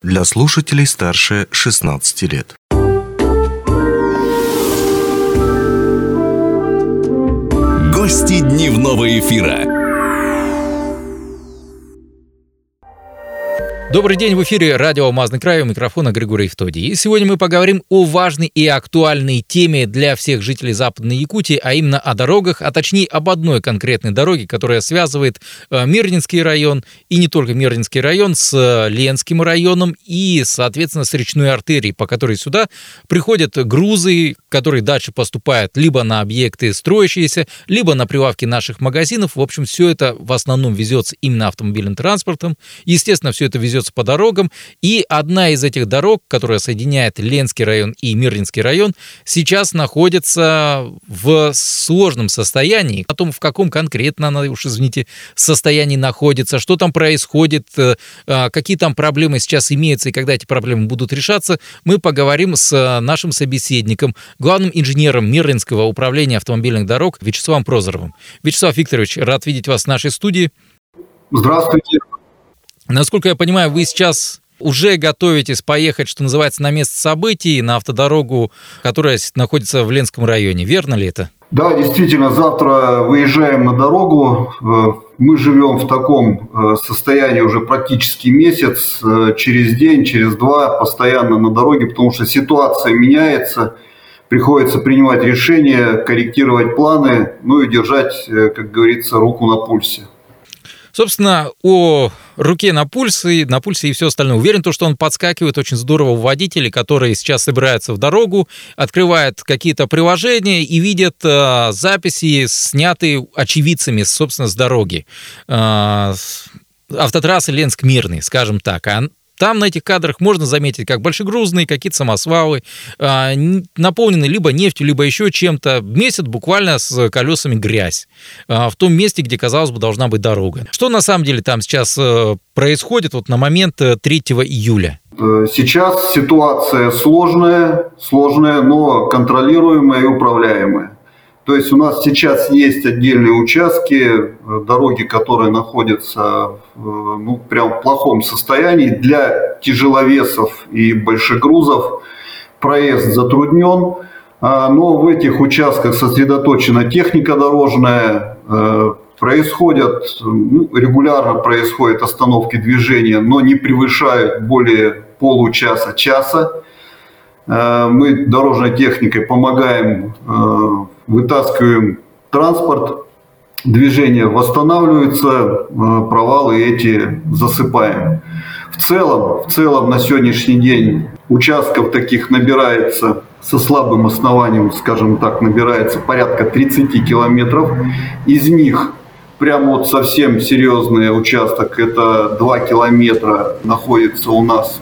Для слушателей старше 16 лет. Гости дневного эфира. Добрый день, в эфире радио «Алмазный край», у микрофона Григорий Евтодий. И сегодня мы поговорим о важной и актуальной теме для всех жителей Западной Якутии, а именно о дорогах, а точнее об одной конкретной дороге, которая связывает Мирнинский район, и не только Мирнинский район, с Ленским районом и, соответственно, с речной артерией, по которой сюда приходят грузы, которые дальше поступают либо на объекты строящиеся, либо на прилавки наших магазинов. В общем, все это в основном везется именно автомобильным транспортом. Естественно, все это везется по дорогам, и одна из этих дорог, которая соединяет Ленский район и Мирнинский район, сейчас находится в сложном состоянии. О том, в каком конкретно она, уж извините, состоянии находится, что там происходит, какие там проблемы сейчас имеются и когда эти проблемы будут решаться, мы поговорим с нашим собеседником, главным инженером Мирнинского управления автомобильных дорог Вячеславом Прозоровым. Вячеслав Викторович, рад видеть вас в нашей студии. Здравствуйте. Насколько я понимаю, вы сейчас уже готовитесь поехать, что называется, на место событий, на автодорогу, которая находится в Ленском районе. Верно ли это? Да, действительно, завтра выезжаем на дорогу. Мы живем в таком состоянии уже практически месяц. Через день, через два постоянно на дороге, потому что ситуация меняется. Приходится принимать решения, корректировать планы, ну и держать, как говорится, руку на пульсе. Собственно, о руке на пульсе и все остальное. Уверен, что он подскакивает очень здорово у водителей, которые сейчас собираются в дорогу, открывают какие-то приложения и видят записи, снятые очевидцами, собственно, с дороги. Автотрассы Ленск-Мирный, скажем так. Там на этих кадрах можно заметить, как большегрузные, какие-то самосвалы, наполнены либо нефтью, либо еще чем-то, месят буквально с колесами грязь в том месте, где, казалось бы, должна быть дорога. Что на самом деле там сейчас происходит вот на момент 3 июля? Сейчас ситуация сложная, но контролируемая и управляемая. То есть у нас сейчас есть отдельные участки дороги, которые находятся прям в плохом состоянии. Для тяжеловесов и большегрузов проезд затруднен, но в этих участках сосредоточена техника дорожная, регулярно происходят остановки движения, но не превышают более получаса-часа. Мы дорожной техникой помогаем, вытаскиваем транспорт, движение восстанавливается, провалы эти засыпаем. В целом на сегодняшний день участков таких набирается со слабым основанием, скажем так, набирается порядка 30 километров. Из них прямо вот совсем серьезный участок, это 2 километра, находится у нас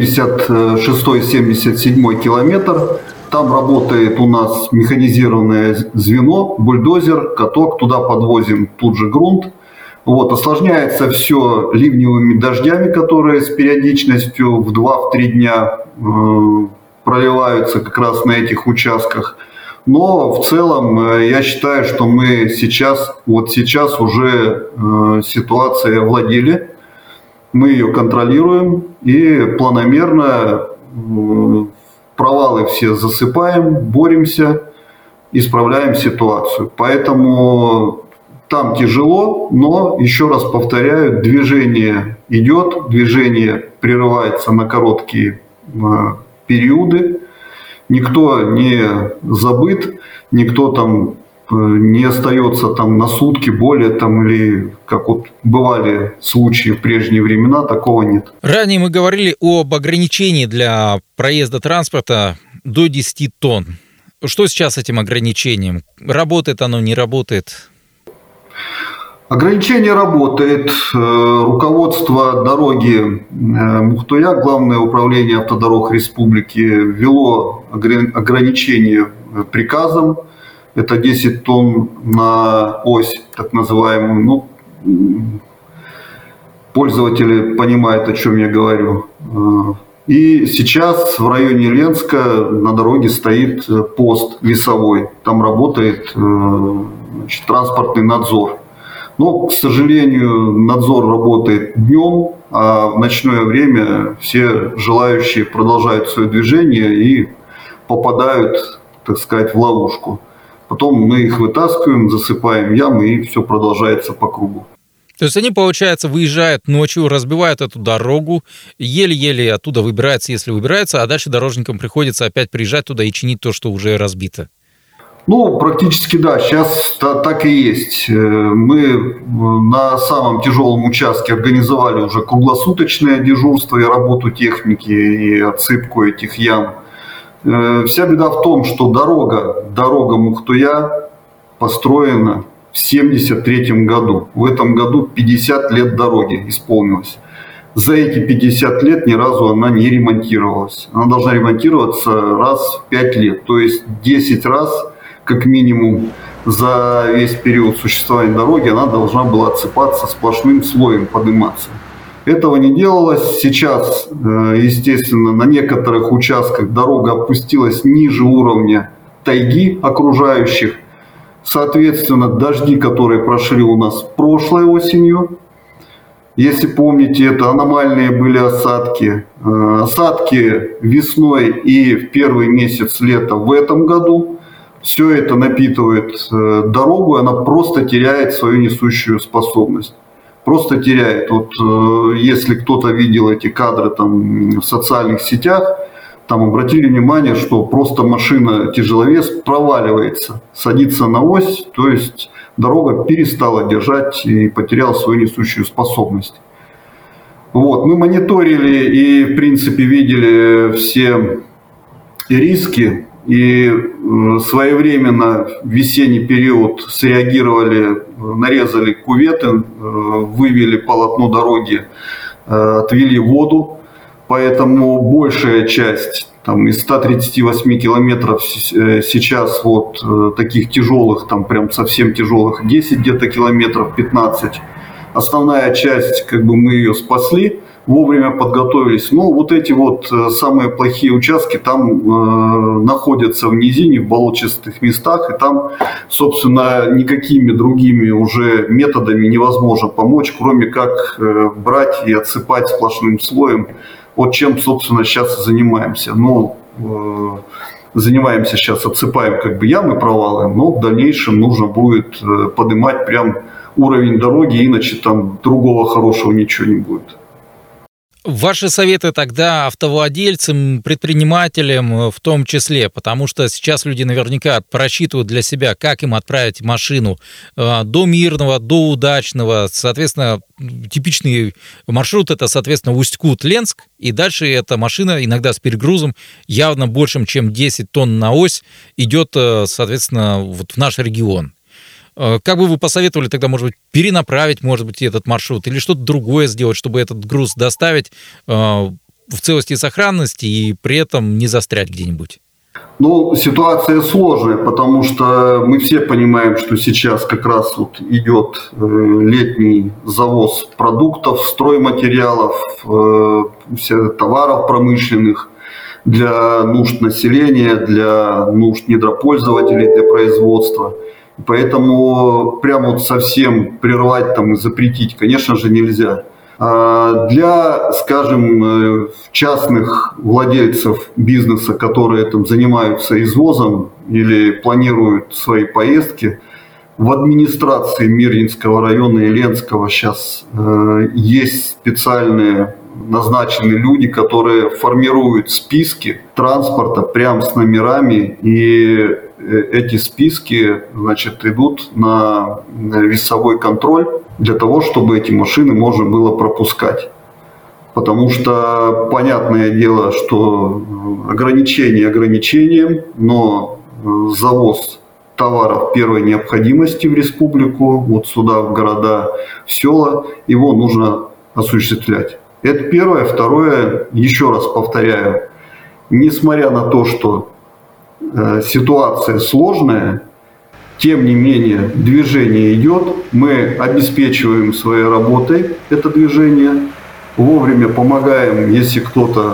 76-77 километр. Там работает у нас механизированное звено, бульдозер, каток, туда подвозим тут же грунт. Осложняется все ливневыми дождями, которые с периодичностью в 2-3 дня проливаются как раз на этих участках. Но в целом я считаю, что мы сейчас уже ситуацией овладели, мы ее контролируем и планомерно провалы все засыпаем, боремся, исправляем ситуацию. Поэтому там тяжело, но, еще раз повторяю, движение идет, движение прерывается на короткие периоды. Никто не забыт, никто там не остается там на сутки более там, или как вот бывали случаи в прежние времена, такого нет. Ранее мы говорили об ограничении для проезда транспорта до 10 тонн. Что сейчас с этим ограничением? Работает оно, не работает? Ограничение работает. Руководство дороги Мухтуя, Главное управление автодорог республики, ввело ограничение приказом. Это 10 тонн на ось, так называемую. Пользователи понимают, о чем я говорю. И сейчас в районе Ленска на дороге стоит пост весовой. Там работает транспортный надзор. Но, к сожалению, надзор работает днем, а в ночное время все желающие продолжают свое движение и попадают, так сказать, в ловушку. Потом мы их вытаскиваем, засыпаем ямы, и все продолжается по кругу. То есть они, получается, выезжают ночью, разбивают эту дорогу, еле-еле оттуда выбираются, если выбираются, а дальше дорожникам приходится опять приезжать туда и чинить то, что уже разбито. Ну, практически да, сейчас так и есть. Мы на самом тяжелом участке организовали уже круглосуточное дежурство и работу техники, и отсыпку этих ям. Вся беда в том, что дорога Мухтуя построена в 1973 году. В этом году 50 лет дороги исполнилось. За эти 50 лет ни разу она не ремонтировалась. Она должна ремонтироваться раз в 5 лет, то есть 10 раз как минимум за весь период существования дороги она должна была отсыпаться, сплошным слоем подниматься. Этого не делалось. Сейчас, естественно, на некоторых участках дорога опустилась ниже уровня тайги окружающих. Соответственно, дожди, которые прошли у нас прошлой осенью, если помните, это аномальные были осадки. Осадки весной и в первый месяц лета в этом году. Все это напитывает дорогу, и она просто теряет свою несущую способность. Просто теряет. Вот если кто-то видел эти кадры там в социальных сетях, там обратили внимание, что просто машина тяжеловес проваливается, садится на ось, то есть дорога перестала держать и потеряла свою несущую способность. Вот. Мы мониторили и, в принципе, видели все риски, и своевременно в весенний период среагировали, нарезали кюветы, вывели полотно дороги, отвели воду. Поэтому большая часть там, из 138 километров сейчас вот таких тяжелых, там прям совсем тяжелых 10 где-то километров, 15. Основная часть, как бы мы ее спасли, вовремя подготовились. Но вот эти вот самые плохие участки там находятся в низине, в болотистых местах. И там, собственно, никакими другими уже методами невозможно помочь, кроме как брать и отсыпать сплошным слоем. Вот чем, собственно, сейчас и занимаемся. Ну, занимаемся сейчас, отсыпаем как бы ямы, провалы, но в дальнейшем нужно будет поднимать прям уровень дороги, иначе там другого хорошего ничего не будет. Ваши советы тогда автовладельцам, предпринимателям в том числе, потому что сейчас люди наверняка просчитывают для себя, как им отправить машину до Мирного, до Удачного. Соответственно, типичный маршрут – это, соответственно, Усть-Кут-Ленск, и дальше эта машина, иногда с перегрузом, явно большим, чем 10 тонн на ось, идет, соответственно, вот в наш регион. Как бы вы посоветовали тогда, может быть, перенаправить, может быть, этот маршрут или что-то другое сделать, чтобы этот груз доставить в целости и сохранности и при этом не застрять где-нибудь? Ну, ситуация сложная, потому что мы все понимаем, что сейчас как раз вот идет летний завоз продуктов, стройматериалов, товаров промышленных для нужд населения, для нужд недропользователей, для производства. Поэтому прямо вот совсем прервать там и запретить, конечно же, нельзя. Для, скажем, частных владельцев бизнеса, которые там занимаются извозом или планируют свои поездки, в администрации Мирнинского района и Ленского сейчас есть специальные назначены люди, которые формируют списки транспорта прямо с номерами, и эти списки, значит, идут на весовой контроль для того, чтобы эти машины можно было пропускать. Потому что понятное дело, что ограничение ограничением, но завоз товаров первой необходимости в республику, вот сюда, в города, в села, его нужно осуществлять. Это первое. Второе, еще раз повторяю, несмотря на то, что ситуация сложная, тем не менее движение идет, мы обеспечиваем своей работой это движение, вовремя помогаем, если кто-то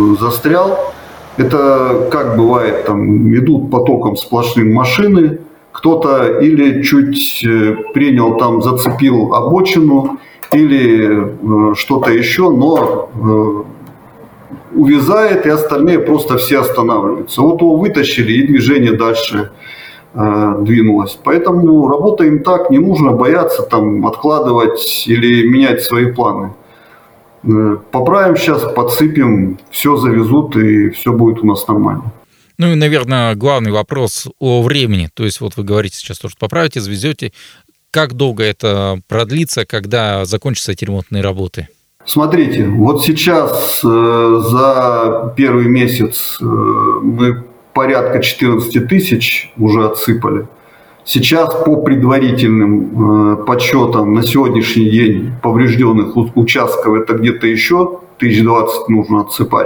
застрял. Это как бывает, там идут потоком сплошным машины, Кто-то или чуть принял, там зацепил обочину, или что-то еще, но увязает, и остальные просто все останавливаются. Вот его вытащили, и движение дальше двинулось. Поэтому работаем так, не нужно бояться там откладывать или менять свои планы. Поправим сейчас, подсыпем, все завезут, и все будет у нас нормально. Ну и, наверное, главный вопрос о времени. То есть вот вы говорите сейчас, что поправите, завезете. Как долго это продлится, когда закончатся эти ремонтные работы? Смотрите, вот сейчас за первый месяц мы порядка 14 тысяч уже отсыпали. Сейчас по предварительным подсчетам на сегодняшний день поврежденных участков это где-то еще 1020 нужно отсыпать.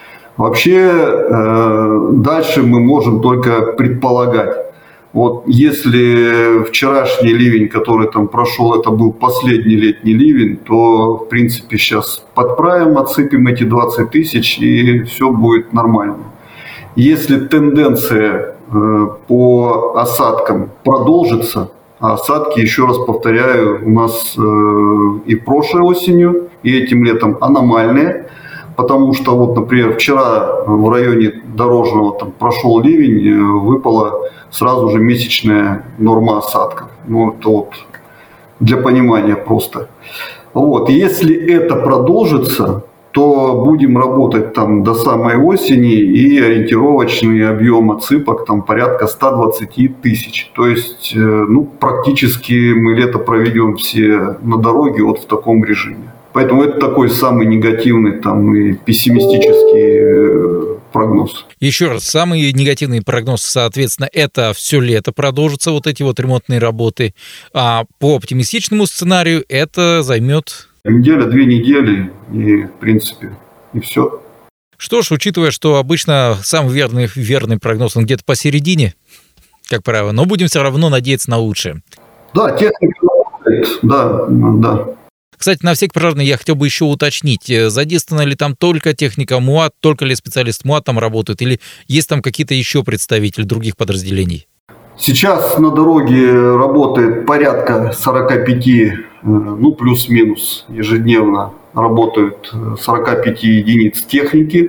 Вообще дальше мы можем только предполагать. Вот если вчерашний ливень, который там прошел, это был последний летний ливень, то в принципе сейчас подправим, отсыпем эти 20 тысяч, и все будет нормально. Если тенденция по осадкам продолжится, а осадки, еще раз повторяю, у нас и прошлой осенью, и этим летом аномальные, потому что вот, например, вчера в районе Дорожного там прошел ливень, выпала сразу же месячная норма осадков. Ну, это вот для понимания просто. Вот. Если это продолжится, то будем работать там до самой осени, и ориентировочный объем отсыпок там порядка 120 тысяч. То есть практически мы лето проведем все на дороге вот в таком режиме. Поэтому это такой самый негативный там и пессимистический прогноз. Еще раз, самый негативный прогноз, соответственно, это все лето продолжатся вот эти вот ремонтные работы. А по оптимистичному сценарию это займет... Неделя-две недели, и в принципе, и все. Что ж, учитывая, что обычно самый верный прогноз, он где-то посередине, как правило, но будем все равно надеяться на лучшее. Да, техника работает, да. Кстати, на всякий пожарный я хотел бы еще уточнить, задействована ли там только техника МУАТ, только ли специалист МУАТ там работают, или есть там какие-то еще представители других подразделений? Сейчас на дороге работает порядка 45, плюс-минус ежедневно работают 45 единиц техники.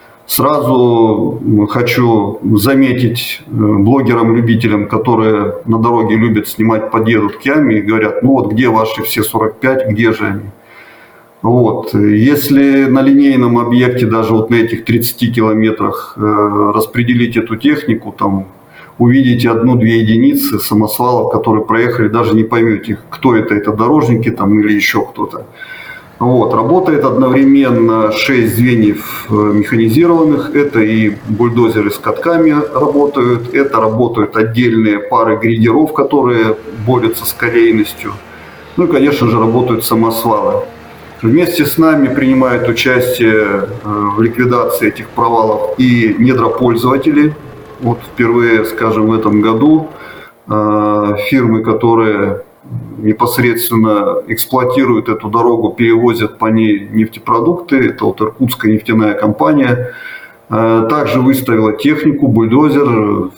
Сразу хочу заметить блогерам-любителям, которые на дороге любят снимать, подъедут к яме и говорят, где ваши все 45, где же они? Вот. Если на линейном объекте, даже вот на этих 30 километрах распределить эту технику, там увидите 1-2 единицы самосвалов, которые проехали, даже не поймете, кто это дорожники там или еще кто-то. Вот. Работает одновременно 6 звеньев механизированных, это и бульдозеры с катками работают, это работают отдельные пары грейдеров, которые борются с колейностью, и, конечно же, работают самосвалы. Вместе с нами принимают участие в ликвидации этих провалов и недропользователи. Вот впервые, скажем, в этом году фирмы, которые непосредственно эксплуатируют эту дорогу, перевозят по ней нефтепродукты, это вот Иркутская нефтяная компания, также выставила технику, бульдозер,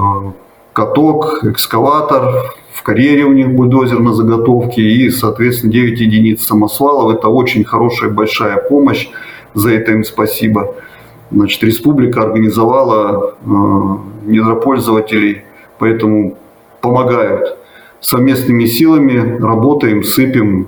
каток, экскаватор, в карьере у них бульдозер на заготовке и, соответственно, 9 единиц самосвалов. Это очень хорошая, большая помощь, за это им спасибо. Значит, республика организовала недропользователей, поэтому помогают. Совместными силами работаем, сыпем.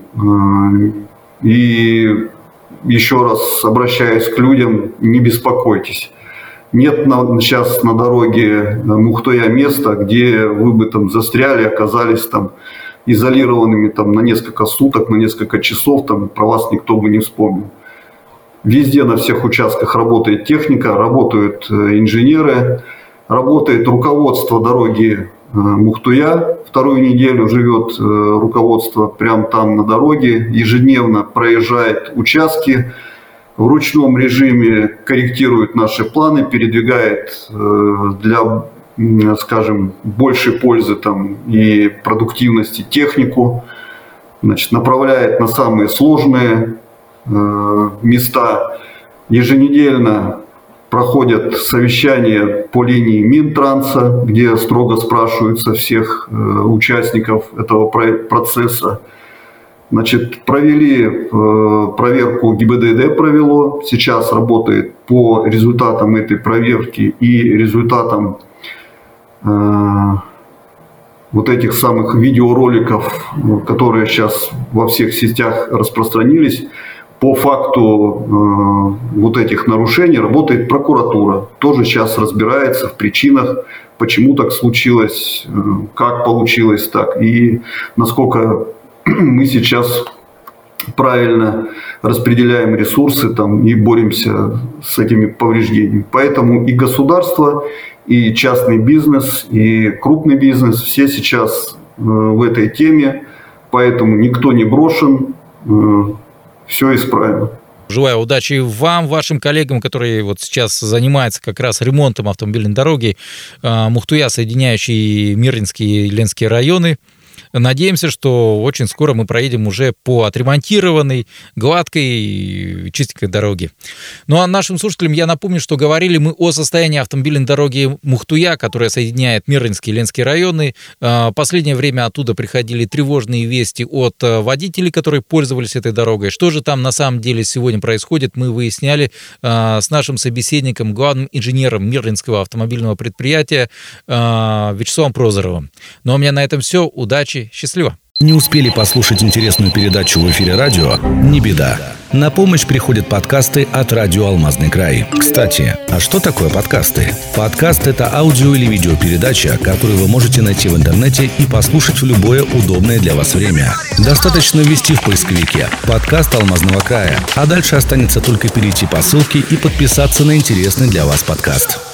И еще раз обращаюсь к людям, не беспокойтесь. Нет сейчас на дороге Мухтоя места, где вы бы там застряли, оказались там изолированными там на несколько суток, на несколько часов, там про вас никто бы не вспомнил. Везде на всех участках работает техника, работают инженеры, работает руководство дороги Мухтуя. Вторую неделю живет руководство прямо там на дороге, ежедневно проезжает участки, в ручном режиме корректирует наши планы, передвигает для, скажем, большей пользы там и продуктивности технику, значит, направляет на самые сложные места. Еженедельно проходят совещания по линии Минтранса, где строго спрашиваются всех участников этого процесса. Значит, провели проверку, ГИБДД провело, сейчас работает по результатам этой проверки и результатам вот этих самых видеороликов, которые сейчас во всех сетях распространились. По факту вот этих нарушений работает прокуратура. Тоже сейчас разбирается в причинах, почему так случилось, как получилось так. И насколько мы сейчас правильно распределяем ресурсы там, и боремся с этими повреждениями. Поэтому и государство, и частный бизнес, и крупный бизнес все сейчас в этой теме. Поэтому никто не брошен. Все исправим. Желаю удачи вам, вашим коллегам, которые вот сейчас занимаются как раз ремонтом автомобильной дороги Мухтуя, соединяющей Мирнинские и Ленские районы. Надеемся, что очень скоро мы проедем уже по отремонтированной, гладкой, чистенькой дороге. Ну а нашим слушателям я напомню, что говорили мы о состоянии автомобильной дороги Мухтуя, которая соединяет Мирнинские и Ленские районы. В последнее время оттуда приходили тревожные вести от водителей, которые пользовались этой дорогой. Что же там на самом деле сегодня происходит, мы выясняли с нашим собеседником, главным инженером Мирнинского автомобильного предприятия Вячеславом Прозоровым. Ну а у меня на этом все. Удачи. Счастливо. Не успели послушать интересную передачу в эфире радио? Не беда. На помощь приходят подкасты от радио «Алмазный край». Кстати, а что такое подкасты? Подкаст – это аудио- или видеопередача, которую вы можете найти в интернете и послушать в любое удобное для вас время. Достаточно ввести в поисковике «Подкаст Алмазного края», а дальше останется только перейти по ссылке и подписаться на интересный для вас подкаст.